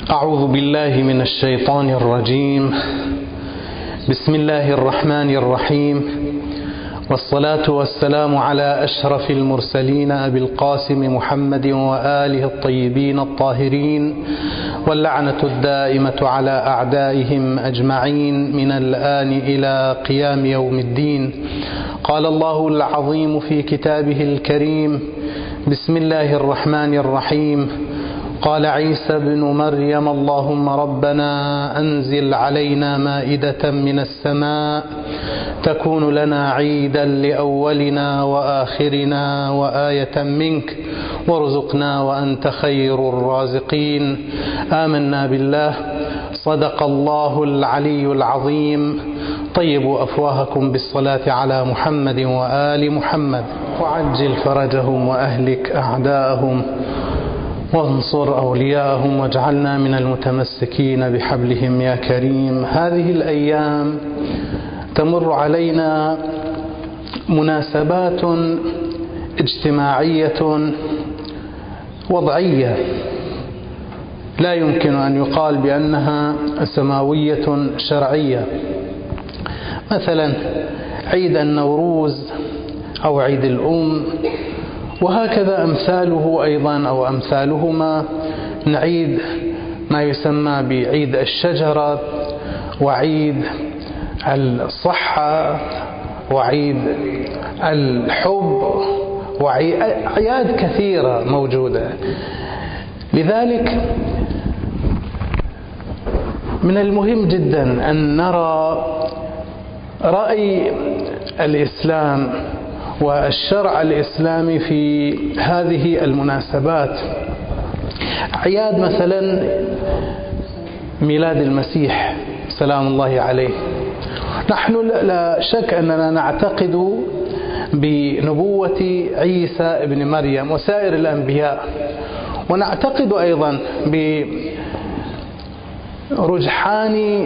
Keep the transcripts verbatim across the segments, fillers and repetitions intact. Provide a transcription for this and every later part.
أعوذ بالله من الشيطان الرجيم. بسم الله الرحمن الرحيم، والصلاة والسلام على أشرف المرسلين أبي القاسم محمد وآله الطيبين الطاهرين، واللعنة الدائمة على أعدائهم أجمعين من الآن إلى قيام يوم الدين. قال الله العظيم في كتابه الكريم: بسم الله الرحمن الرحيم. قال عيسى بن مريم: اللهم ربنا أنزل علينا مائدة من السماء تكون لنا عيدا لأولنا وآخرنا وآية منك وارزقنا وأنت خير الرازقين. آمنا بالله. صدق الله العلي العظيم. طيبوا أفواهكم بالصلاة على محمد وآل محمد، وعجل فرجهم وأهلك أعداءهم وانصر أولياءهم، واجعلنا من المتمسكين بحبلهم يا كريم. هذه الأيام تمر علينا مناسبات اجتماعية وضعية لا يمكن أن يقال بأنها سماوية شرعية، مثلا عيد النوروز أو عيد الأم، وهكذا أمثاله أيضا أو أمثالهما. نعيد ما يسمى بعيد الشجرة، وعيد الصحة، وعيد الحب، وأعياد كثيرة موجودة. لذلك من المهم جدا أن نرى رأي الإسلام والشرع الإسلامي في هذه المناسبات. أعياد مثلا ميلاد المسيح سلام الله عليه، نحن لا شك أننا نعتقد بنبوة عيسى ابن مريم وسائر الأنبياء، ونعتقد أيضا برجحان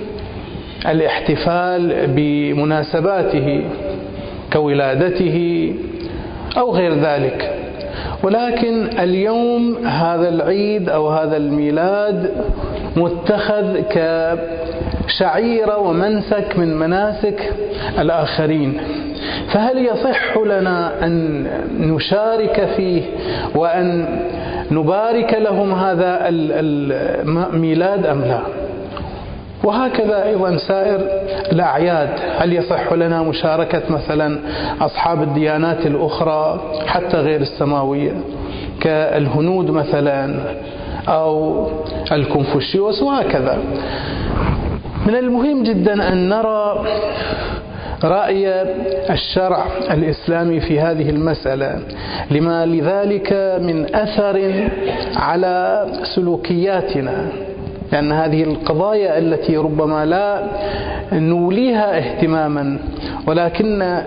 الاحتفال بمناسباته كولادته أو غير ذلك. ولكن اليوم هذا العيد أو هذا الميلاد متخذ كشعيرة ومنسك من مناسك الآخرين، فهل يصح لنا أن نشارك فيه وأن نبارك لهم هذا الميلاد أم لا؟ وهكذا أيضا سائر الأعياد، هل يصح لنا مشاركة مثلا أصحاب الديانات الأخرى حتى غير السماوية كالهنود مثلا أو الكونفوشيوس وهكذا؟ من المهم جدا أن نرى رأي الشرع الإسلامي في هذه المسألة، لما لذلك من أثر على سلوكياتنا، لأن هذه القضايا التي ربما لا نوليها اهتماما، ولكن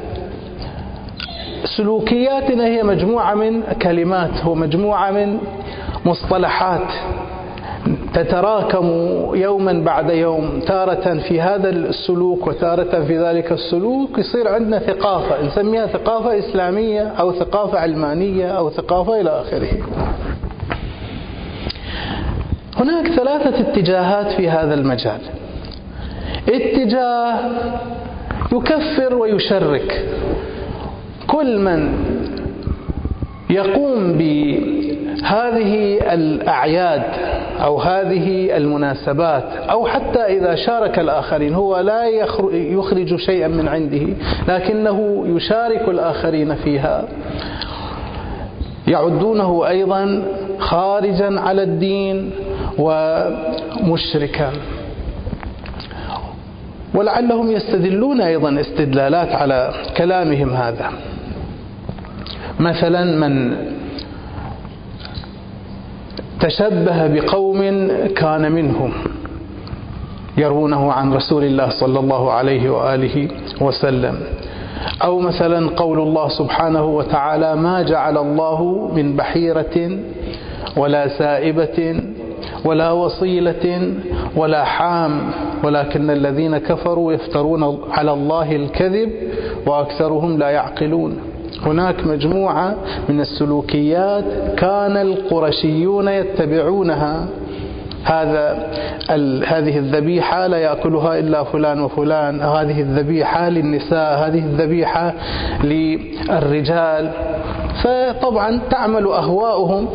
سلوكياتنا هي مجموعة من كلمات ومجموعة من مصطلحات تتراكم يوما بعد يوم، تارة في هذا السلوك وتارة في ذلك السلوك، يصير عندنا ثقافة نسميها ثقافة إسلامية أو ثقافة علمانية أو ثقافة إلى آخره. هناك ثلاثة اتجاهات في هذا المجال. اتجاه يكفر ويشرك كل من يقوم بهذه الأعياد أو هذه المناسبات، أو حتى إذا شارك الآخرين، هو لا يخرج شيئا من عنده لكنه يشارك الآخرين فيها، يعدونه أيضا خارجا على الدين ومشركا. ولعلهم يستدلون أيضا استدلالات على كلامهم هذا. مثلا من تشبه بقوم كان منهم، يروونه عن رسول الله صلى الله عليه وآله وسلم. أو مثلا قول الله سبحانه وتعالى: ما جعل الله من بحيرة ولا سائبة ولا وصيلة ولا حام ولكن الذين كفروا يفترون على الله الكذب وأكثرهم لا يعقلون. هناك مجموعة من السلوكيات كان القرشيون يتبعونها، هذا هذه الذبيحة لا يأكلها إلا فلان وفلان، هذه الذبيحة للنساء، هذه الذبيحة للرجال. فطبعا تعمل أهواؤهم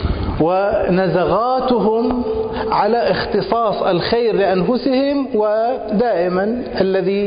ونزغاتهم على اختصاص الخير لأنفسهم، ودائما الذي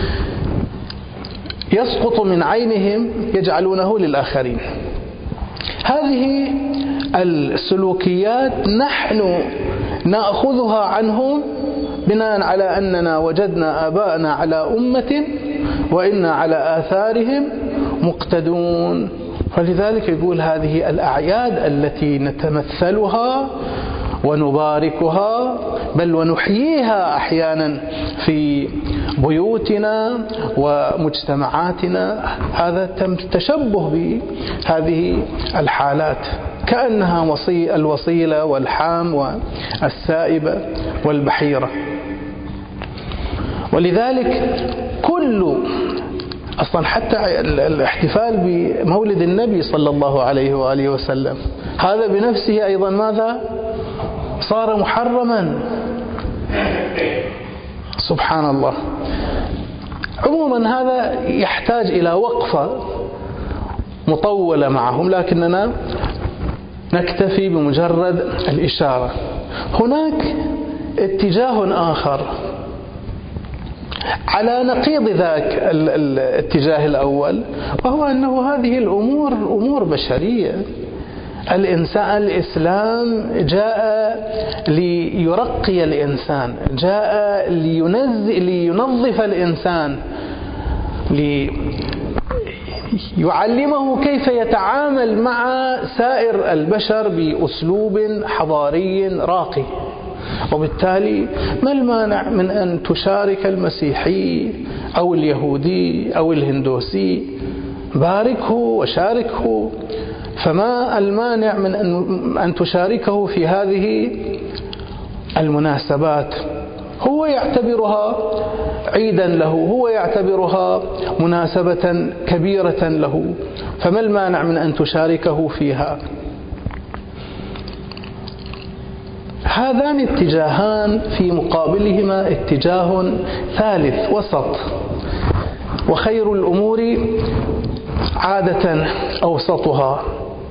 يسقط من عينهم يجعلونه للآخرين. هذه السلوكيات نحن نأخذها عنهم بناء على أننا وجدنا آباءنا على أمة وإنا على آثارهم مقتدون. فلذلك يقول هذه الأعياد التي نتمثلها ونباركها بل ونحييها أحيانا في بيوتنا ومجتمعاتنا، هذا تشبه بهذه الحالات كأنها وصي الوصيلة والحام والسائبة والبحيرة. ولذلك كل أصلا حتى الاحتفال بمولد النبي صلى الله عليه وآله وسلم هذا بنفسه أيضا ماذا؟ صار محرما. سبحان الله. عموما هذا يحتاج إلى وقفة مطولة معهم، لكننا نكتفي بمجرد الإشارة. هناك اتجاه آخر على نقيض ذاك الاتجاه الأول، وهو أنه هذه الأمور أمور بشرية. الإنسان الإسلام جاء ليرقي الإنسان، جاء لينظف الإنسان، ليعلمه كيف يتعامل مع سائر البشر بأسلوب حضاري راقي. وبالتالي ما المانع من أن تشارك المسيحي أو اليهودي أو الهندوسي؟ باركه وشاركه. فما المانع من أن تشاركه في هذه المناسبات؟ هو يعتبرها عيدا له، هو يعتبرها مناسبة كبيرة له، فما المانع من أن تشاركه فيها؟ هذان اتجاهان في مقابلهما اتجاه ثالث وسط، وخير الأمور عادة أوسطها،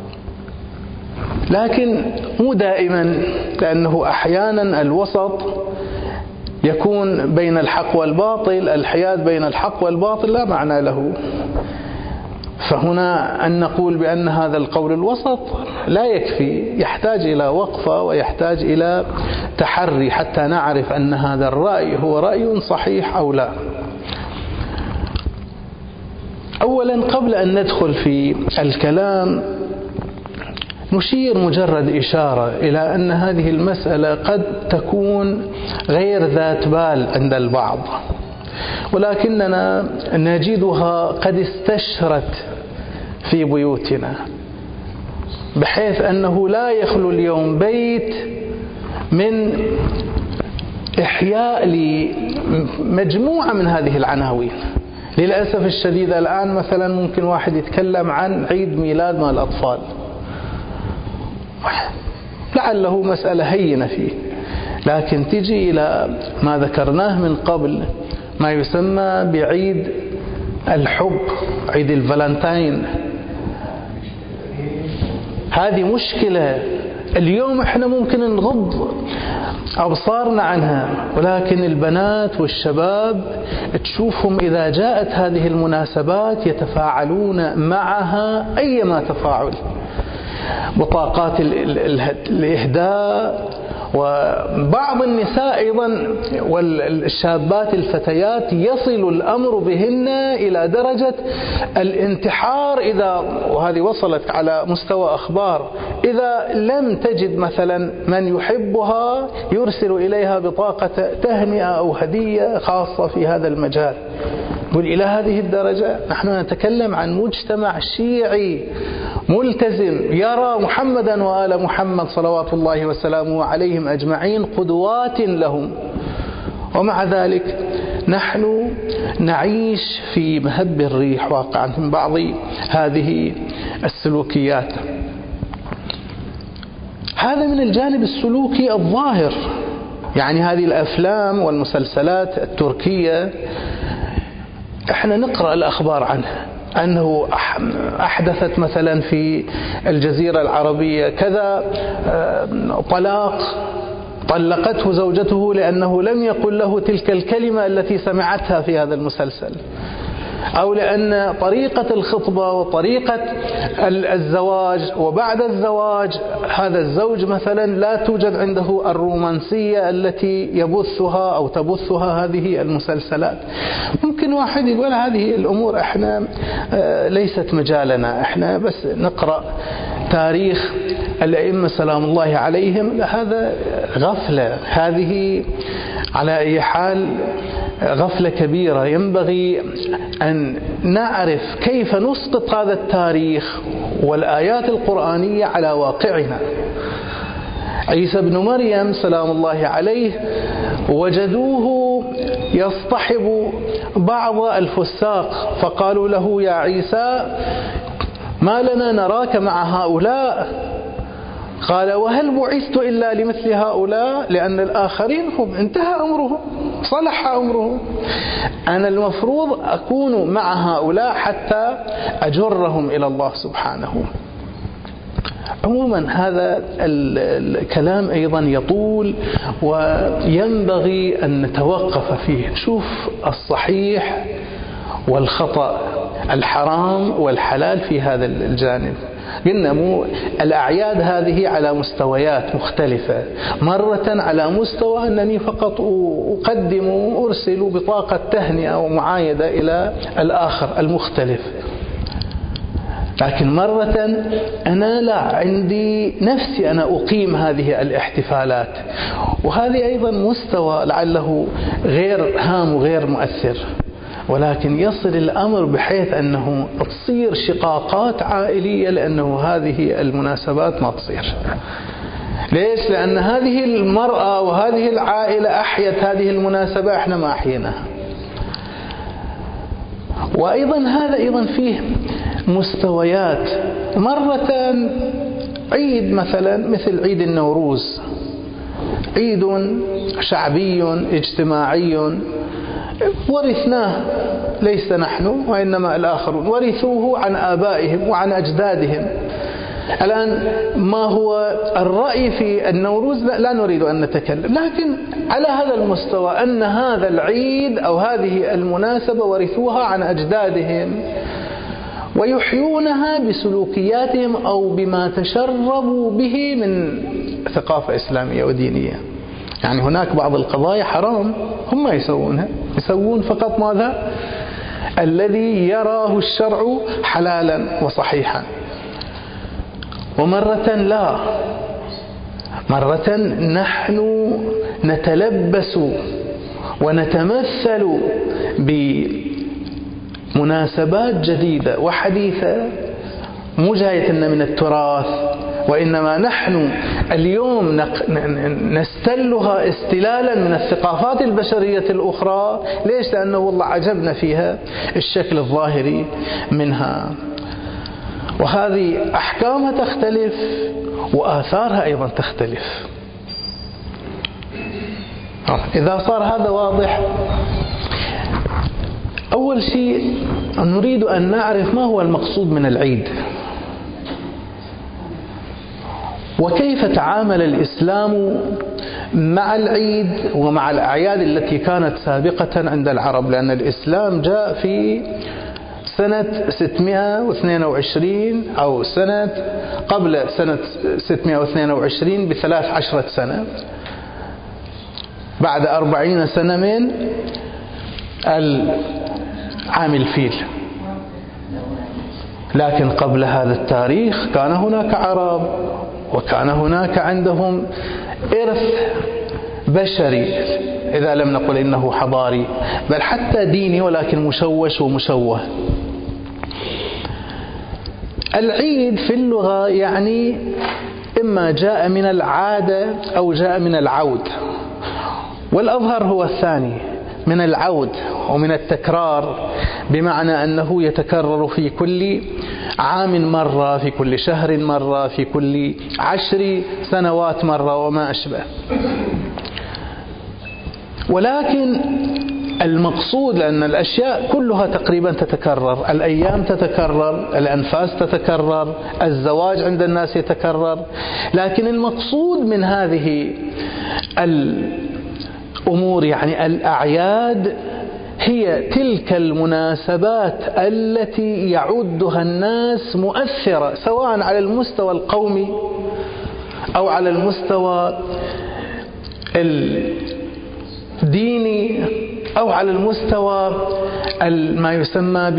لكن مو دائما، لأنه أحيانا الوسط يكون بين الحق والباطل، الحياد بين الحق والباطل لا معنى له. فهنا أن نقول بأن هذا القول الوسط لا يكفي، يحتاج إلى وقفة ويحتاج إلى تحري حتى نعرف أن هذا الرأي هو رأي صحيح أو لا. أولا قبل أن ندخل في الكلام نشير مجرد إشارة إلى أن هذه المسألة قد تكون غير ذات بال عند البعض، ولكننا نجدها قد استشرت في بيوتنا، بحيث أنه لا يخلو اليوم بيت من إحياء لمجموعة من هذه العناوين. للأسف الشديد الآن مثلا ممكن واحد يتكلم عن عيد ميلاد مع الأطفال، لعله مسألة هينة فيه، لكن تجي إلى ما ذكرناه من قبل، ما يسمى بعيد الحب، عيد الفالنتين. هذه مشكلة اليوم احنا ممكن نغض أبصارنا عنها، ولكن البنات والشباب تشوفهم إذا جاءت هذه المناسبات يتفاعلون معها أيما تفاعل، بطاقات الإهداء، وبعض النساء أيضا والشابات الفتيات يصل الأمر بهن إلى درجة الانتحار، إذا وهذه وصلت على مستوى أخبار، إذا لم تجد مثلا من يحبها يرسل إليها بطاقة تهنئة أو هدية خاصة في هذا المجال. قل إلى هذه الدرجة؟ نحن نتكلم عن مجتمع شيعي ملتزم يرى محمدا وآل محمد صلوات الله وسلامه عليهم أجمعين قدوات لهم، ومع ذلك نحن نعيش في مهب الريح واقعا من بعض هذه السلوكيات. هذا من الجانب السلوكي الظاهر. يعني هذه الأفلام والمسلسلات التركية احنا نقرأ الأخبار عنها أنه أحدثت مثلا في الجزيرة العربية كذا طلاق، طلقته زوجته لأنه لم يقل له تلك الكلمة التي سمعتها في هذا المسلسل، أو لأن طريقة الخطبة وطريقة الزواج وبعد الزواج هذا الزوج مثلا لا توجد عنده الرومانسية التي يبثها أو تبثها هذه المسلسلات. ممكن واحد يقول هذه الأمور احنا ليست مجالنا، احنا بس نقرأ تاريخ الأئمة سلام الله عليهم. هذا غفلة، هذه على أي حال غفلة كبيرة. ينبغي أن نعرف كيف نسقط هذا التاريخ والآيات القرآنية على واقعنا. عيسى بن مريم سلام الله عليه وجدوه يصطحب بعض الفساق فقالوا له يا عيسى ما لنا نراك مع هؤلاء؟ قال وهل بعثت إلا لمثل هؤلاء؟ لأن الآخرين هم انتهى أمرهم، صلح أمرهم، أنا المفروض أكون مع هؤلاء حتى أجرهم إلى الله سبحانه. عموما هذا الكلام أيضا يطول وينبغي أن نتوقف فيه، نشوف الصحيح والخطأ، الحرام والحلال في هذا الجانب. قلنا مو الأعياد هذه على مستويات مختلفة، مرة على مستوى أنني فقط أقدم وأرسل بطاقة تهنئة ومعايدة إلى الآخر المختلف، لكن مرة أنا لا عندي نفسي أنا أقيم هذه الاحتفالات، وهذه أيضا مستوى لعله غير هام وغير مؤثر، ولكن يصل الأمر بحيث أنه تصير شقاقات عائلية لأنه هذه المناسبات ما تصير. ليش؟ لأن هذه المرأة وهذه العائلة أحيت هذه المناسبة، إحنا ما أحيناها. وأيضا هذا أيضا فيه مستويات. مرة عيد مثلا مثل عيد النوروز، عيد شعبي اجتماعي ورثناه، ليس نحن وإنما الآخرون، ورثوه عن آبائهم وعن أجدادهم. الآن ما هو الرأي في النوروز لا نريد أن نتكلم، لكن على هذا المستوى أن هذا العيد أو هذه المناسبة ورثوها عن أجدادهم ويحيونها بسلوكياتهم أو بما تشربوا به من ثقافة إسلامية ودينية. يعني هناك بعض القضايا حرام هم يسوونها، يسوون فقط ماذا؟ الذي يراه الشرع حلالا وصحيحا. ومرة لا، مرة نحن نتلبس ونتمثل بمناسبات جديدة وحديثة مو جايتنا من التراث، وإنما نحن اليوم نستلها استلالا من الثقافات البشرية الأخرى. ليش؟ لأنه والله عجبنا فيها الشكل الظاهري منها، وهذه أحكامها تختلف وآثارها أيضا تختلف. إذا صار هذا واضح، أول شيء نريد أن نعرف ما هو المقصود من العيد، وكيف تعامل الإسلام مع العيد ومع الأعياد التي كانت سابقة عند العرب. لأن الإسلام جاء في سنة ستمائة واثنين وعشرين أو سنة قبل سنة ستمائة واثنين وعشرين بثلاث عشرة سنة، بعد أربعين سنة من عام الفيل. لكن قبل هذا التاريخ كان هناك عرب وكان هناك عندهم إرث بشري، إذا لم نقل إنه حضاري بل حتى ديني، ولكن مشوش ومشوه. العيد في اللغة يعني إما جاء من العادة أو جاء من العود، والأظهر هو الثاني، من العود ومن التكرار، بمعنى أنه يتكرر في كل عام مرة، في كل شهر مرة، في كل عشر سنوات مرة وما أشبه. ولكن المقصود، لأن الأشياء كلها تقريبا تتكرر، الأيام تتكرر، الأنفاس تتكرر، الزواج عند الناس يتكرر، لكن المقصود من هذه الأمور يعني الأعياد هي تلك المناسبات التي يعدها الناس مؤثرة، سواء على المستوى القومي أو على المستوى الديني أو على المستوى ما يسمى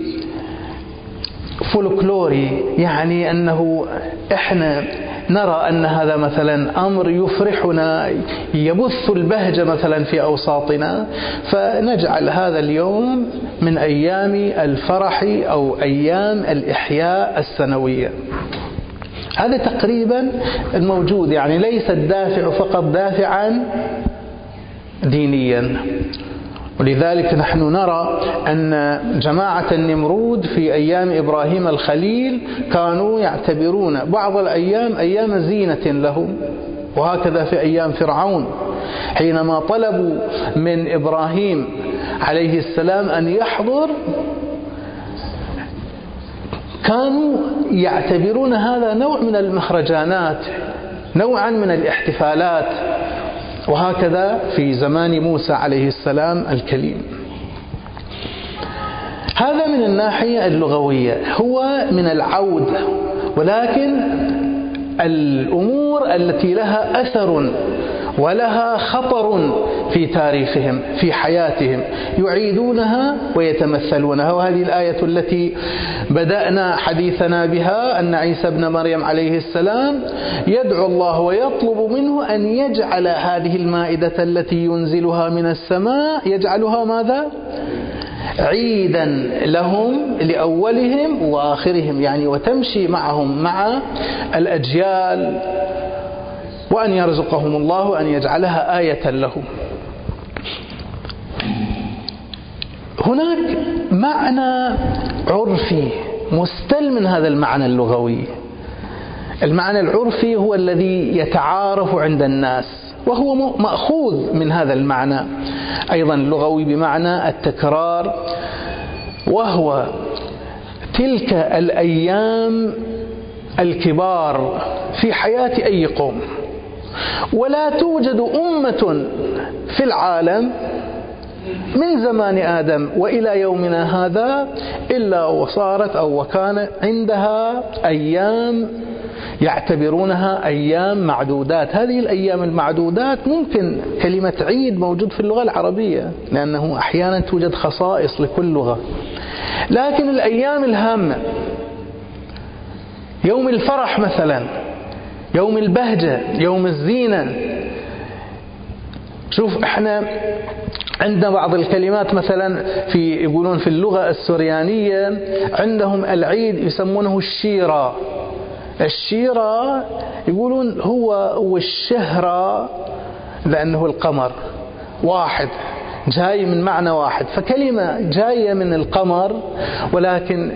بفولكلوري، يعني أنه إحنا نرى أن هذا مثلا أمر يفرحنا، يبث البهجة مثلا في أوساطنا، فنجعل هذا اليوم من أيام الفرح أو أيام الإحياء السنوية. هذا تقريبا الموجود، يعني ليس الدافع فقط دافعا دينيا. ولذلك نحن نرى أن جماعة النمرود في أيام إبراهيم الخليل كانوا يعتبرون بعض الأيام أيام زينة لهم، وهكذا في أيام فرعون حينما طلبوا من إبراهيم عليه السلام أن يحضر كانوا يعتبرون هذا نوع من المهرجانات، نوعا من الاحتفالات، وهكذا في زمان موسى عليه السلام الكليم. هذا من الناحية اللغوية، هو من العود، ولكن الأمور التي لها أثر ولها خطر في تاريخهم في حياتهم يعيدونها ويتمثلونها. وهذه الآية التي بدأنا حديثنا بها أن عيسى ابن مريم عليه السلام يدعو الله ويطلب منه أن يجعل هذه المائدة التي ينزلها من السماء يجعلها ماذا؟ عيدا لهم لأولهم وآخرهم، يعني وتمشي معهم مع الأجيال، وأن يرزقهم الله وأن يجعلها آية لهم. هناك معنى عرفي مستل من هذا المعنى اللغوي. المعنى العرفي هو الذي يتعارف عند الناس، وهو مأخوذ من هذا المعنى أيضا اللغوي بمعنى التكرار، وهو تلك الأيام الكبار في حياة أي قوم. ولا توجد أمة في العالم من زمان آدم وإلى يومنا هذا إلا وصارت أو وكان عندها أيام يعتبرونها أيام معدودات. هذه الأيام المعدودات ممكن كلمة عيد موجود في اللغة العربية، لأنه أحيانا توجد خصائص لكل لغة، لكن الأيام الهامة، يوم الفرح مثلا، يوم البهجة، يوم الزينة. شوف احنا عندنا بعض الكلمات مثلا في يقولون في اللغة السوريانية عندهم العيد يسمونه الشيرة. الشيرة يقولون هو هو الشهرة، لأنه القمر واحد جاي من معنى واحد، فكلمة جاية من القمر ولكن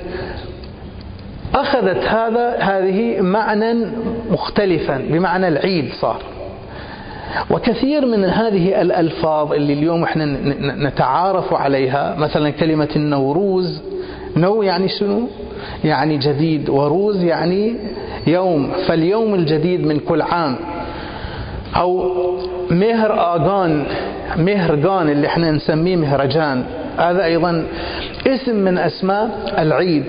أخذت هذا هذه معنى مختلفا بمعنى العيد صار. وكثير من هذه الألفاظ اللي اليوم احنا نتعارف عليها، مثلا كلمة النوروز، نو يعني شنو؟ يعني جديد، وروز يعني يوم، فاليوم الجديد من كل عام. أو مهر آغان، مهرجان اللي احنا نسميه مهرجان، هذا أيضا اسم من أسماء العيد.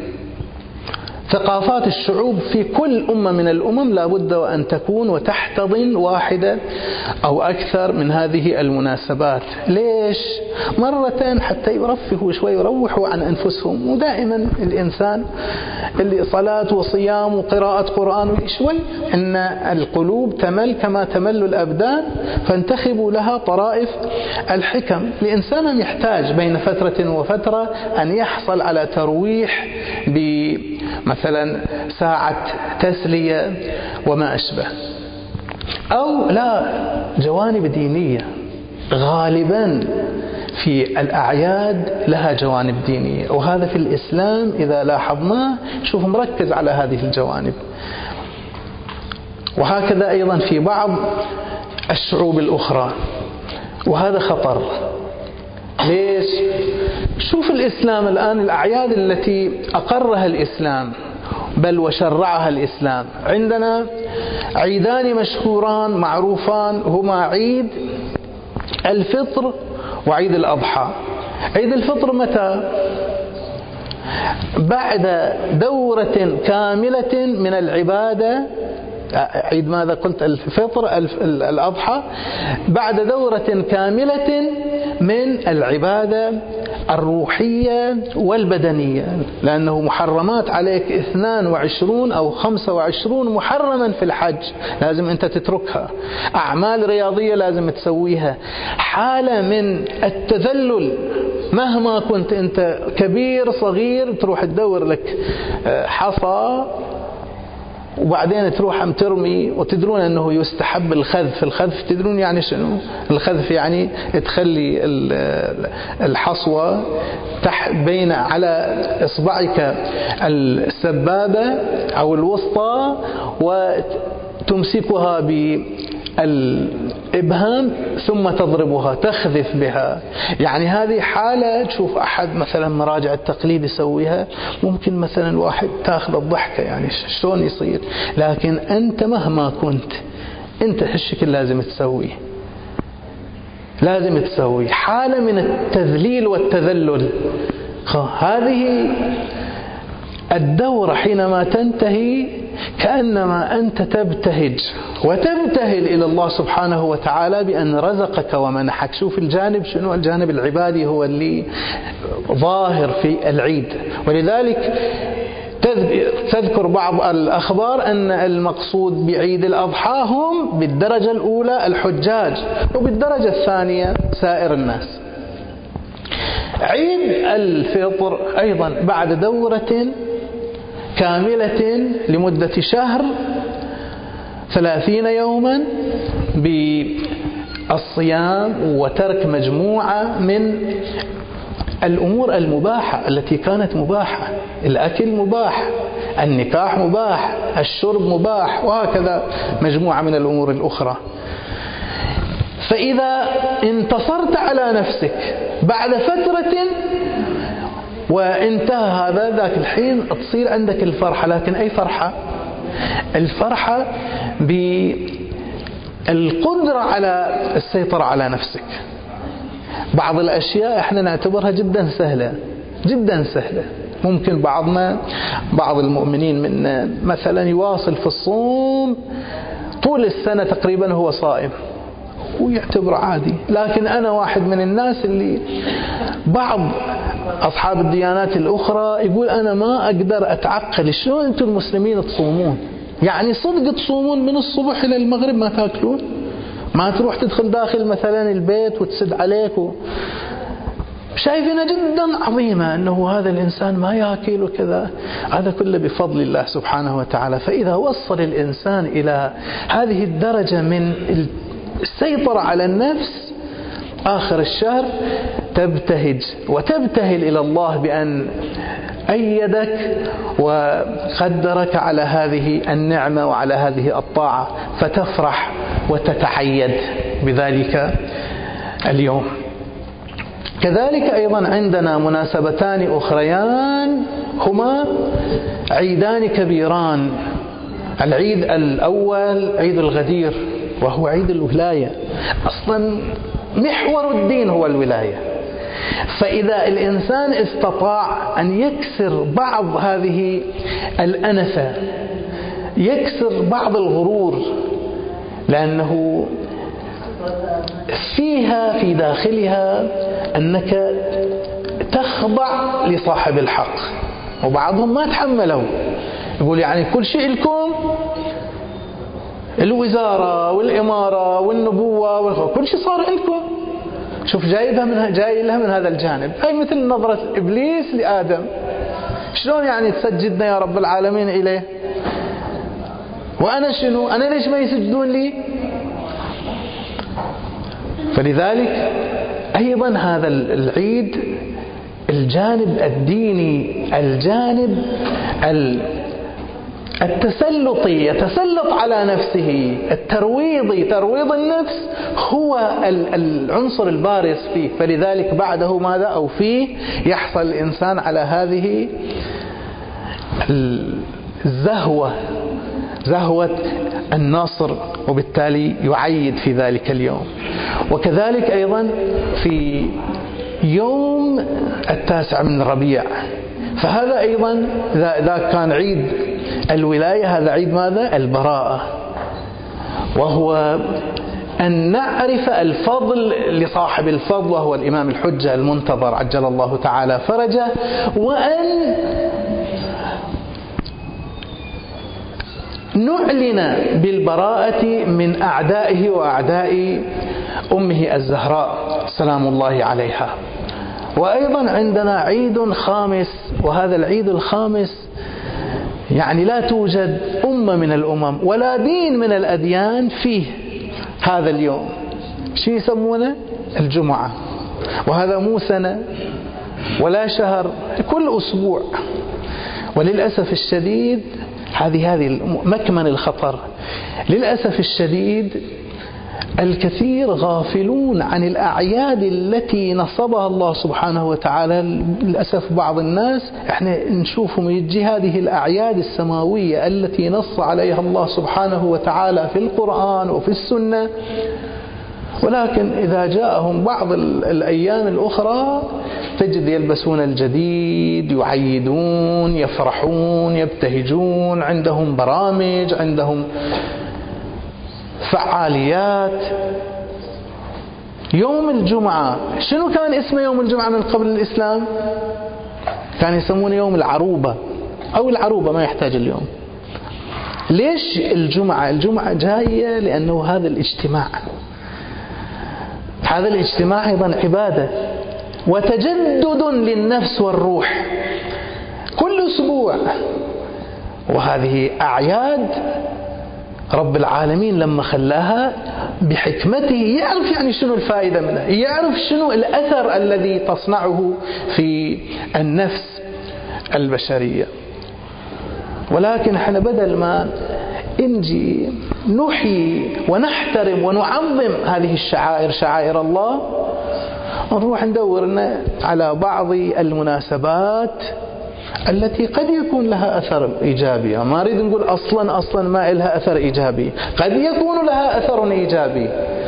ثقافات الشعوب في كل أمة من الأمم لابد وأن تكون وتحتضن واحدة أو أكثر من هذه المناسبات. ليش؟ مرة حتى يرفهوا شوي، يروحوا عن أنفسهم. ودائما الإنسان اللي صلاة وصيام وقراءة قرآن شوي، إن القلوب تمل كما تمل الأبدان، فانتخبوا لها طرائف الحكم. الإنسان يحتاج بين فترة وفترة أن يحصل على ترويح بمثلا ساعة تسلية وما أشبه، أو لا جوانب دينية. غالبا في الأعياد لها جوانب دينية، وهذا في الإسلام إذا لاحظناه شوف مركز على هذه الجوانب. وهكذا أيضا في بعض الشعوب الأخرى، وهذا خطر. ليش؟ شوف الإسلام الآن الأعياد التي أقرها الإسلام بل وشرعها الإسلام، عندنا عيدان مشهوران معروفان هما عيد الفطر وعيد الأضحى. عيد الفطر متى؟ بعد دورة كاملة من العبادة. عيد ماذا قلت؟ الفطر الأضحى بعد دورة كاملة من العبادة الروحية والبدنية، لأنه محرمات عليك اثنان وعشرون أو خمسة وعشرون محرما في الحج لازم أنت تتركها، أعمال رياضية لازم تسويها، حالة من التذلل مهما كنت أنت كبير صغير تروح تدور لك حصى وبعدين تروح عم ترمي. وتدرون أنه يستحب الخذف. الخذف تدرون يعني شنو؟ الخذف يعني تخلي الحصوة تحت بين على إصبعك السبابة أو الوسطى وتمسكها بالإبهام ثم تضربها تخذف بها. يعني هذه حالة تشوف أحد مثلا مراجع التقليد يسويها ممكن مثلا واحد تاخذ الضحكة يعني شلون يصير، لكن أنت مهما كنت أنت هالشكل لازم تسويه، لازم تسوي حالة من التذليل والتذلل. هذه الدورة حينما تنتهي كأنما أنت تبتهج وتبتهل إلى الله سبحانه وتعالى بأن رزقك ومنحك. شوف الجانب شنو؟ الجانب العبادي هو اللي ظاهر في العيد. ولذلك تذكر بعض الأخبار أن المقصود بعيد الأضحى هم بالدرجة الأولى الحجاج وبالدرجة الثانية سائر الناس. عيد الفطر أيضا بعد دورة كاملة لمدة شهر ثلاثين يوما بالصيام وترك مجموعة من الأمور المباحة التي كانت مباحة. الأكل مباح، النكاح مباح، الشرب مباح، وهكذا مجموعة من الأمور الأخرى. فإذا انتصرت على نفسك بعد فترة وانتهى هذا ذاك الحين تصير عندك الفرحة. لكن أي فرحة؟ الفرحة بالقدرة على السيطرة على نفسك. بعض الأشياء احنا نعتبرها جدا سهلة جدا سهلة. ممكن بعضنا بعض المؤمنين منا مثلا يواصل في الصوم طول السنة تقريبا هو صائم ويعتبر عادي. لكن أنا واحد من الناس اللي بعض أصحاب الديانات الأخرى يقول أنا ما أقدر أتعقل شلون أنتم المسلمين تصومون؟ يعني صدق تصومون من الصبح إلى المغرب ما تأكلون؟ ما تروح تدخل داخل مثلا البيت وتسد عليك و... شايفينها جدا عظيمة أنه هذا الإنسان ما يأكل وكذا. هذا كله بفضل الله سبحانه وتعالى. فإذا وصل الإنسان إلى هذه الدرجة من السيطرة على النفس آخر الشهر تبتهج وتبتهل إلى الله بأن أيدك وقدرك على هذه النعمة وعلى هذه الطاعة، فتفرح وتتعيد بذلك اليوم. كذلك أيضا عندنا مناسبتان أخريان هما عيدان كبيران. العيد الأول عيد الغدير وهو عيد الولاية. أصلا محور الدين هو الولاية. فإذا الإنسان استطاع أن يكسر بعض هذه الأنفة، يكسر بعض الغرور، لأنه فيها في داخلها أنك تخضع لصاحب الحق. وبعضهم ما تحملوا يقول يعني كل شيء لكم، الوزارة والإمارة والنبوة كل شيء صار عندكم. شوف جايبها من جاي لها من هذا الجانب. هاي مثل نظرة إبليس لآدم، شلون يعني تسجدنا يا رب العالمين إليه وأنا شنو؟ أنا ليش ما يسجدون لي؟ فلذلك أيضا هذا العيد الجانب الديني، الجانب التسلطي، يتسلط على نفسه، الترويضي، ترويض النفس هو العنصر البارز فيه. فلذلك بعده ماذا أو فيه يحصل الإنسان على هذه الزهوة، زهوة النصر، وبالتالي يعيد في ذلك اليوم. وكذلك أيضا في يوم التاسع من ربيع، فهذا أيضا ذا كان عيد الولاية، هذا عيد ماذا؟ البراءة، وهو أن نعرف الفضل لصاحب الفضل وهو الإمام الحجة المنتظر عجل الله تعالى فرجه، وأن نعلن بالبراءة من أعدائه وأعداء أمه الزهراء سلام الله عليها. وأيضا عندنا عيد خامس، وهذا العيد الخامس يعني لا توجد أمة من الأمم ولا دين من الأديان فيه هذا اليوم. شو يسمونه؟ الجمعة. وهذا مو سنة ولا شهر، كل أسبوع. وللأسف الشديد هذه هذه مكمن الخطر، للأسف الشديد الكثير غافلون عن الأعياد التي نصبها الله سبحانه وتعالى. للأسف بعض الناس احنا نشوفهم يجي هذه الأعياد السماوية التي نص عليها الله سبحانه وتعالى في القرآن وفي السنة، ولكن إذا جاءهم بعض الأيام الأخرى تجد يلبسون الجديد، يعيدون، يفرحون، يبتهجون، عندهم برامج، عندهم فعاليات. يوم الجمعة شنو كان اسمه يوم الجمعة من قبل الإسلام؟ كان يسمونه يوم العروبة أو العروبة، ما يحتاج اليوم. ليش الجمعة؟ الجمعة جاية لأنه هذا الاجتماع، هذا الاجتماع أيضا عبادة وتجدد للنفس والروح كل أسبوع. وهذه أعياد رب العالمين لما خلاها بحكمته يعرف يعني شنو الفائدة منها، يعرف شنو الأثر الذي تصنعه في النفس البشرية. ولكن احنا بدل ما نجي نحيي ونحترم ونعظم هذه الشعائر، شعائر الله، نروح ندورنا على بعض المناسبات التي قد يكون لها أثر إيجابي. ما أريد نقول أصلا أصلا ما لها أثر إيجابي، قد يكون لها أثر إيجابي،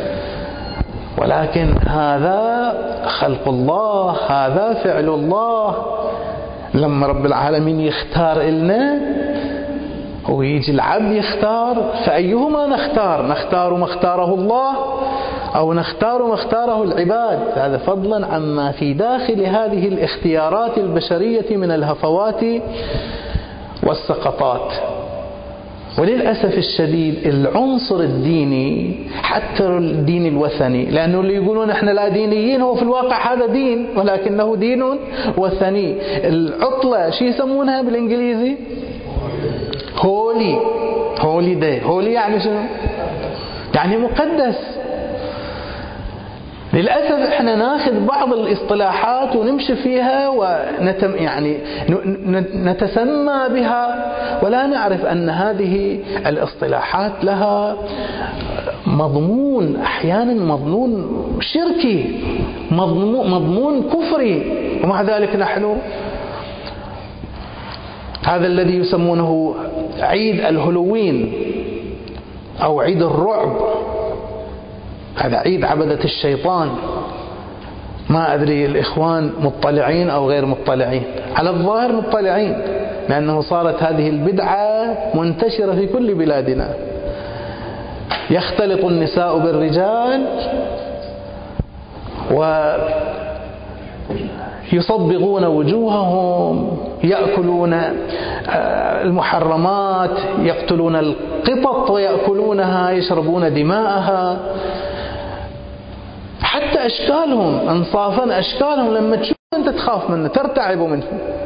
ولكن هذا خلق الله، هذا فعل الله. لما رب العالمين يختار إلنا ويجي العبد يختار، فأيهما نختار؟ نختار ما اختاره الله أو نختار ما اختاره العباد؟ هذا فضلا عما في داخل هذه الاختيارات البشرية من الهفوات والسقطات. وللأسف الشديد العنصر الديني، حتى الدين الوثني، لأنه اللي يقولون احنا لا دينيين، هو في الواقع هذا دين ولكنه دين وثني. العطلة شو يسمونها بالإنجليزي؟ هولي، هولي داي. هولي يعني شنو؟ يعني مقدس. للأسف احنا ناخذ بعض الاصطلاحات ونمشي فيها ونتم يعني نتسمى بها، ولا نعرف أن هذه الاصطلاحات لها مضمون، أحيانا مضمون شركي، مضمون كفري. ومع ذلك نحن هذا الذي يسمونه عيد الهالوين أو عيد الرعب، هذا عيد عبدة الشيطان. ما أدري الإخوان مطلعين أو غير مطلعين، على الظاهر مطلعين، لأنه صارت هذه البدعة منتشرة في كل بلادنا. يختلط النساء بالرجال ويصبغون وجوههم، يأكلون المحرمات، يقتلون القطط ويأكلونها، يشربون دماءها. حتى أشكالهم، أنصافا أشكالهم لما تشوف أنت تخاف منه، ترتعب منه.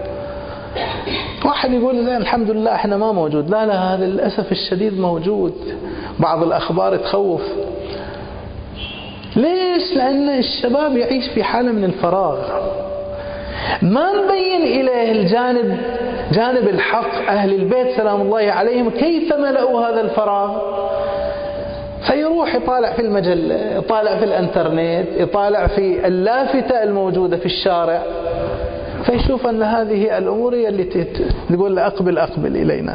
واحد يقول زين الحمد لله احنا ما موجود. لا لا، هذا للأسف الشديد موجود. بعض الأخبار تخوف. ليش؟ لأن الشباب يعيش في حالة من الفراغ، ما نبين إليه الجانب جانب الحق. أهل البيت سلام الله عليهم كيف ملأوا هذا الفراغ؟ فيروح يطالع في المجلة، يطالع في الانترنت، يطالع في اللافتة الموجودة في الشارع، فيشوف أن هذه الأمور هي اللي تقول أقبل أقبل إلينا.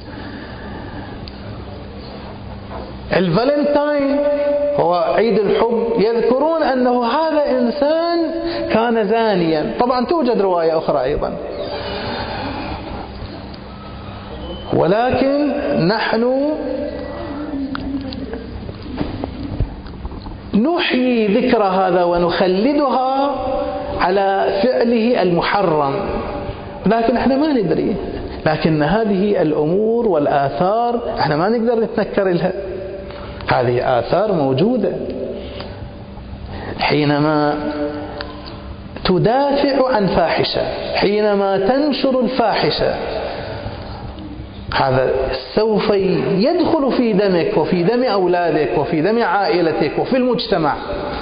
الفالنتاين هو عيد الحب، يذكرون أنه هذا إنسان كان زانيا. طبعا توجد رواية أخرى أيضا، ولكن نحن نحيي ذكر هذا ونخلدها على فعله المحرم، لكن احنا ما ندري. لكن هذه الأمور والآثار احنا ما نقدر نتنكر لها، هذه آثار موجودة. حينما تدافع عن فاحشة، حينما تنشر الفاحشة، هذا سوف يدخل في دمك وفي دم أولادك وفي دم عائلتك وفي المجتمع.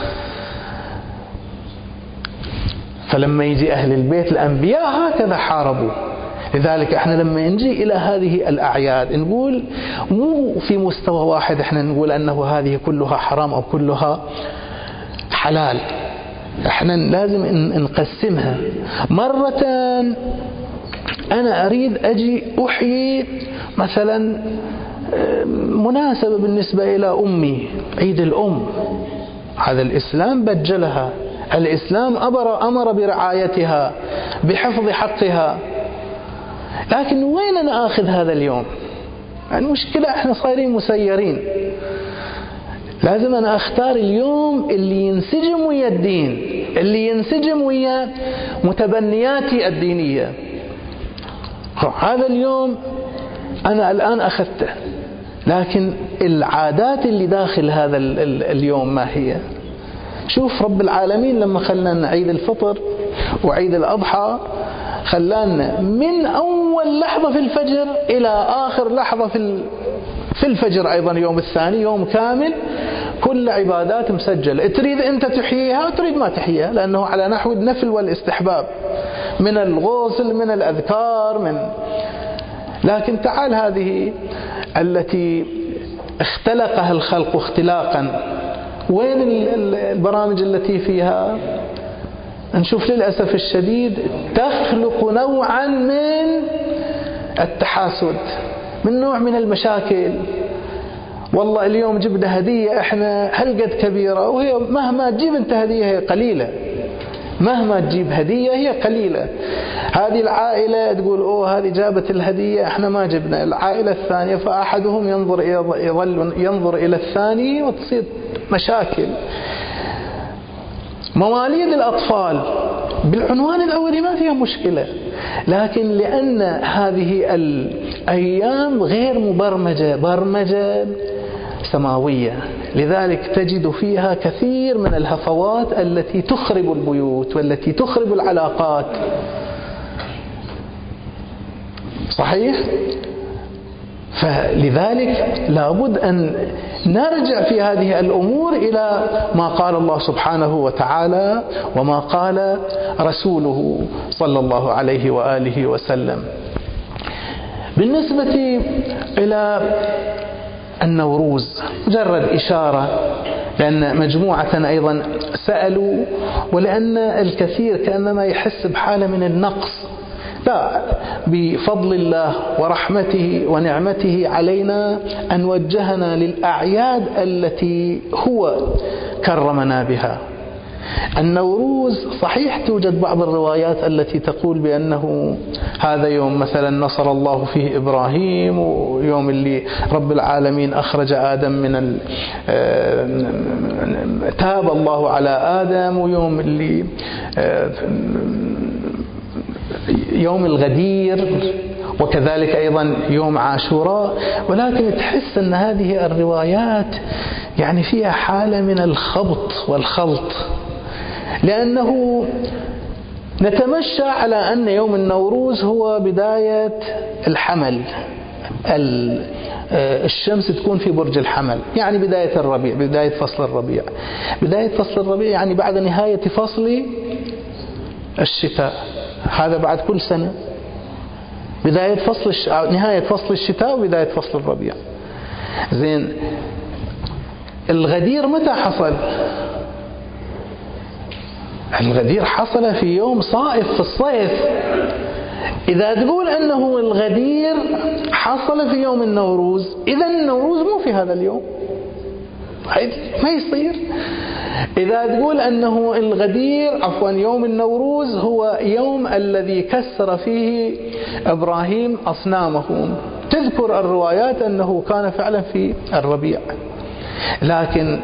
فلما يجي أهل البيت الأنبياء هكذا حاربوا. لذلك احنا لما نجي إلى هذه الأعياد نقول مو في مستوى واحد، احنا نقول أنه هذه كلها حرام أو كلها حلال. احنا لازم نقسمها. مرة أنا أريد أجي أحيي مثلا مناسبة بالنسبة إلى أمي، عيد الأم، هذا الإسلام بجلها، الإسلام أمر, أمر برعايتها، بحفظ حقها. لكن وين أنا أخذ هذا اليوم؟ المشكلة احنا صايرين مسيرين. لازم أنا أختار اليوم اللي ينسجم ويا الدين، اللي ينسجم ويا متبنياتي الدينية. هذا اليوم أنا الآن أخذته، لكن العادات اللي داخل هذا اليوم ما هي؟ شوف رب العالمين لما خلانا عيد الفطر وعيد الأضحى، خلانا من أول لحظة في الفجر إلى آخر لحظة في في الفجر أيضا يوم الثاني، يوم كامل كل عبادات مسجلة. تريد أنت تحييها وتريد ما تحييها، لأنه على نحو النفل والاستحباب، من الغسل، من الأذكار، من لكن تعال هذه التي اختلقها الخلق اختلاقا، وين البرامج التي فيها؟ نشوف للأسف الشديد تخلق نوعا من التحاسد، من نوع من المشاكل. والله اليوم جبنا هدية احنا هل قد كبيرة، وهي مهما تجيب انت هدية هي قليلة، مهما تجيب هدية هي قليلة. هذه العائلة تقول اوه هذه جابت الهدية احنا ما جبنا، العائلة الثانية، فأحدهم ينظر يظل ينظر إلى الثاني وتصير مشاكل. مواليد الأطفال بالعنوان الأولي ما فيها مشكلة، لكن لأن هذه الأيام غير مبرمجة، برمجة سماوية، لذلك تجد فيها كثير من الهفوات التي تخرب البيوت والتي تخرب العلاقات. صحيح؟ فلذلك لابد أن نرجع في هذه الأمور إلى ما قال الله سبحانه وتعالى وما قال رسوله صلى الله عليه وآله وسلم. بالنسبة إلى النوروز مجرد إشارة، لأن مجموعة أيضا سألوا، ولأن الكثير كأنما يحس بحالة من النقص. لا، بفضل الله ورحمته ونعمته علينا أن وجهنا للأعياد التي هو كرمنا بها. النوروز صحيح توجد بعض الروايات التي تقول بأنه هذا يوم مثلا نصر الله فيه إبراهيم، ويوم اللي رب العالمين أخرج آدم من تاب الله على آدم، ويوم اللي يوم الغدير، وكذلك أيضا يوم عاشوراء. ولكن تحس أن هذه الروايات يعني فيها حالة من الخبط والخلط، لأنه نتمشى على أن يوم النوروز هو بداية الحمل، الشمس تكون في برج الحمل، يعني بداية الربيع، بداية فصل الربيع. بداية فصل الربيع يعني بعد نهاية فصل الشتاء، هذا بعد كل سنة. بداية فصل الش... نهاية فصل الشتاء وبداية فصل الربيع. زين، الغدير متى حصل؟ الغدير حصل في يوم صائف في الصيف. إذا تقول أنه الغدير حصل في يوم النوروز، إذا النوروز مو في هذا اليوم، ما يصير. إذا تقول أنه الغدير عفوا يوم النوروز هو يوم الذي كسر فيه إبراهيم أصنامهم، تذكر الروايات أنه كان فعلا في الربيع، لكن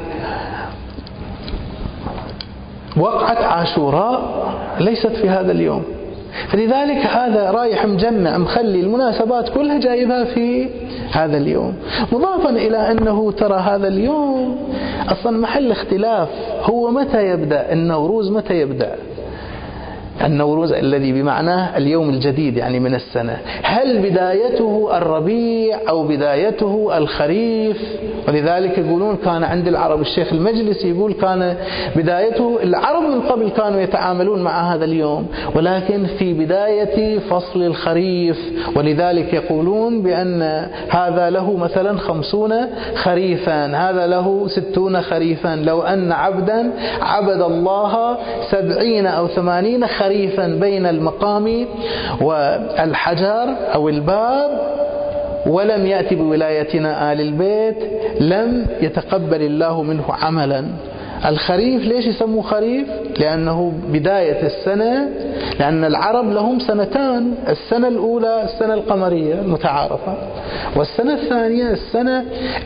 وقعة عاشوراء ليست في هذا اليوم. فلذلك هذا رايح مجمع مخلي المناسبات كلها جايبها في هذا اليوم، مضافا إلى أنه ترى هذا اليوم أصلا محل اختلاف. هو متى يبدأ النوروز؟ متى يبدأ النوروز الذي بمعناه اليوم الجديد يعني من السنة؟ هل بدايته الربيع أو بدايته الخريف؟ ولذلك يقولون كان عند العرب، الشيخ المجلسي يقول كان بدايته، العرب من قبل كانوا يتعاملون مع هذا اليوم ولكن في بداية فصل الخريف. ولذلك يقولون بأن هذا له مثلا خمسون خريفا، هذا له ستون خريفا. لو أن عبدا عبد الله سبعين أو ثمانين خريفا بين المقام والحجر أو الباب ولم يأتي بولايتنا آل البيت لم يتقبل الله منه عملا. الخريف ليش يسموه خريف؟ لأنه بداية السنة، لأن العرب لهم سنتان، السنة الأولى السنة القمرية المتعارفة، والسنة الثانية السنة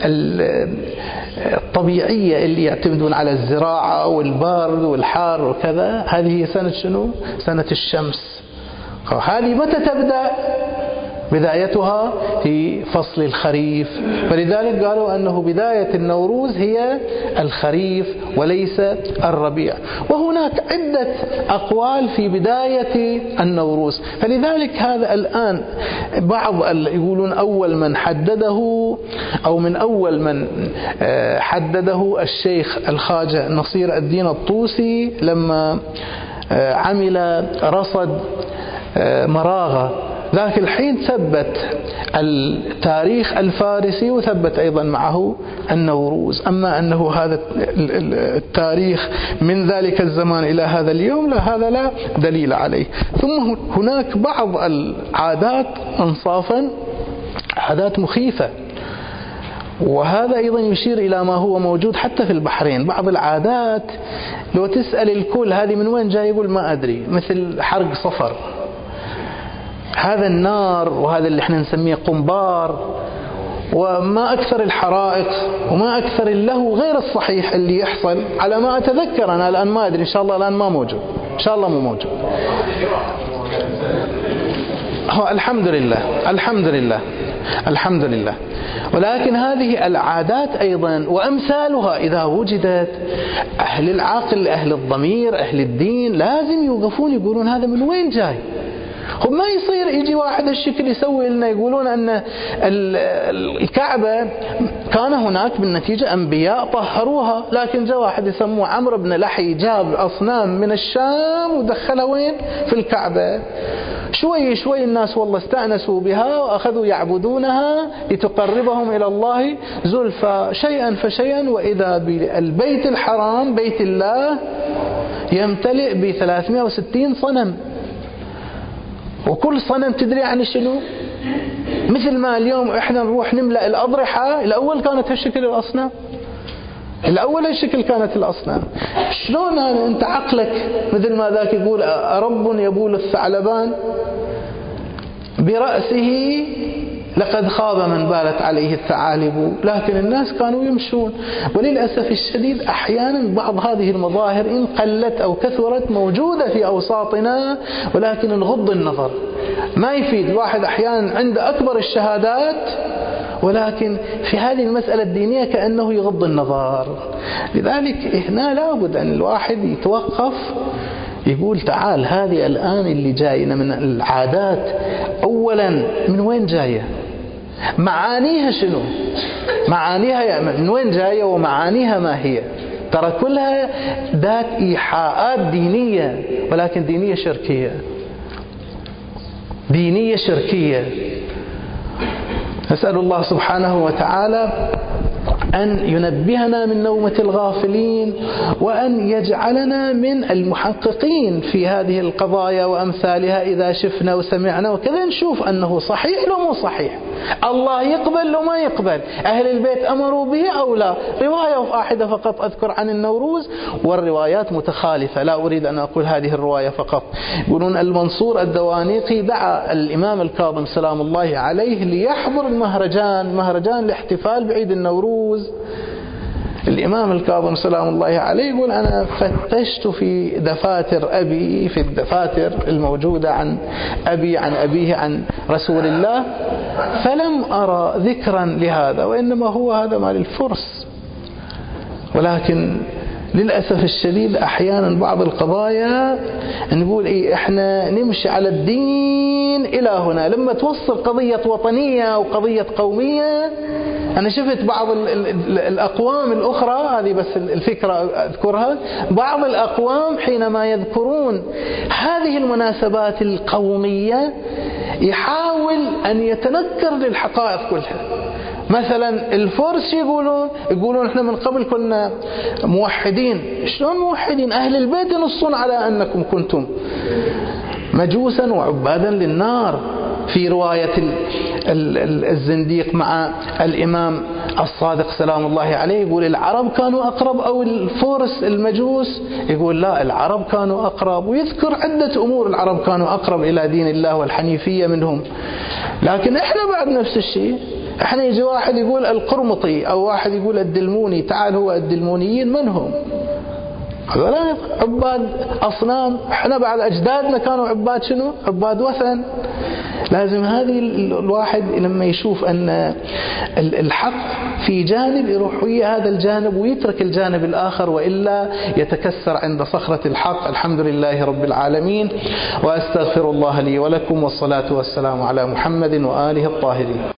الطبيعية اللي يعتمدون على الزراعة والبرد والحار وكذا. هذه سنة شنو؟ سنة الشمس. هذه متى تبدأ؟ بدايتها في فصل الخريف. فلذلك قالوا أنه بداية النوروز هي الخريف وليس الربيع. وهناك عدة أقوال في بداية النوروز. فلذلك هذا الآن بعض يقولون أول من حدده أو من أول من حدده الشيخ الخواجة نصير الدين الطوسي لما عمل رصد مراغة. ذاك الحين ثبت التاريخ الفارسي وثبت أيضا معه النوروز. أما أنه هذا التاريخ من ذلك الزمان إلى هذا اليوم، لا، هذا لا دليل عليه. ثم هناك بعض العادات أنصافا عادات مخيفة، وهذا أيضا يشير إلى ما هو موجود حتى في البحرين. بعض العادات لو تسأل الكل هذه من وين جاي يقول ما أدري، مثل حرق صفر، هذا النار، وهذا اللي احنا نسميه قنبار، وما أكثر الحرائق وما أكثر اللهو غير الصحيح اللي يحصل. على ما أتذكر أنا الآن ما أدري، إن شاء الله الآن ما موجود، إن شاء الله مو موجود. هو الحمد لله الحمد لله الحمد لله. ولكن هذه العادات أيضا وأمثالها إذا وجدت، أهل العقل أهل الضمير أهل الدين لازم يوقفون يقولون هذا من وين جاي. هم ما يصير يجي واحد الشكل يسوي لنا يقولون أن الكعبة كان هناك بالنتيجة أنبياء طهروها، لكن جاء واحد يسموه عمرو بن لحي جاب أصنام من الشام ودخلها وين؟ في الكعبة. شوي شوي الناس والله استأنسوا بها وأخذوا يعبدونها لتقربهم إلى الله زلفى، شيئا فشيئا، وإذا بالبيت الحرام بيت الله يمتلئ ب ثلاثمائة وستين صنم، وكل صنم تدري عن شنو؟ مثل ما اليوم احنا نروح نملأ الأضرحة، الأول كانت هالشكل الأصنام، الأول هالشكل كانت الأصنام. شلون أنت عقلك مثل ما ذاك يقول رب يبول الثعلبان برأسه لقد خاب من بالت عليه الثعالب. لكن الناس كانوا يمشون. وللأسف الشديد أحيانا بعض هذه المظاهر إن قلت أو كثرت موجودة في أوساطنا، ولكن نغض النظر، ما يفيد. الواحد أحيانا عنده أكبر الشهادات ولكن في هذه المسألة الدينية كأنه يغض النظر. لذلك هنا لابد أن الواحد يتوقف يقول تعال هذه الآن اللي جاينا من العادات أولا من وين جاية؟ معانيها شنو؟ معانيها من وين جاية ومعانيها ما هي؟ ترى كلها ذات إيحاءات دينية، ولكن دينية شركية، دينية شركية. نسأل الله سبحانه وتعالى أن ينبهنا من نومة الغافلين، وأن يجعلنا من المحققين في هذه القضايا وأمثالها. إذا شفنا وسمعنا وكذا نشوف أنه صحيح لو مو صحيح، الله يقبل لو ما يقبل، أهل البيت أمروا به أو لا. رواية واحدة فقط أذكر عن النوروز، والروايات متخالفة، لا أريد أن أقول هذه الرواية فقط. يقولون المنصور الدوانيقي دعا الإمام الكاظم سلام الله عليه ليحضر المهرجان، مهرجان الاحتفال بعيد النوروز. الإمام الكاظم سلام الله عليه يقول أنا فتشت في دفاتر أبي، في الدفاتر الموجودة عن أبي عن أبيه عن رسول الله، فلم أرى ذكرا لهذا، وإنما هو هذا مال الفرس. ولكن للأسف الشديد أحيانا بعض القضايا نقول إيه إحنا نمشي على الدين إلى هنا، لما توصل قضية وطنية وقضية قومية. أنا شفت بعض الأقوام الأخرى، هذه بس الفكرة أذكرها، بعض الأقوام حينما يذكرون هذه المناسبات القومية يحاول أن يتنكر للحقائق كلها. مثلا الفرس يقولون يقولون احنا من قبل كنا موحدين. شلون موحدين؟ أهل البيت ينصون على أنكم كنتم مجوسا وعبادا للنار. في رواية الزنديق مع الإمام الصادق سلام الله عليه يقول العرب كانوا أقرب أو الفرس المجوس، يقول لا العرب كانوا أقرب، ويذكر عدة أمور العرب كانوا أقرب إلى دين الله والحنيفية منهم. لكن احنا بعد نفس الشيء، احنا يجي واحد يقول القرمطي أو واحد يقول الدلموني، تعال هو الدلمونيين من هم؟ هذول عباد أصنام. احنا بعد أجدادنا كانوا عباد شنو؟ عباد وثن. لازم هذه الواحد لما يشوف أن الحق في جانب يروح ويا هذا الجانب ويترك الجانب الآخر، وإلا يتكسر عند صخرة الحق. الحمد لله رب العالمين، وأستغفر الله لي ولكم، والصلاة والسلام على محمد وآله الطاهرين.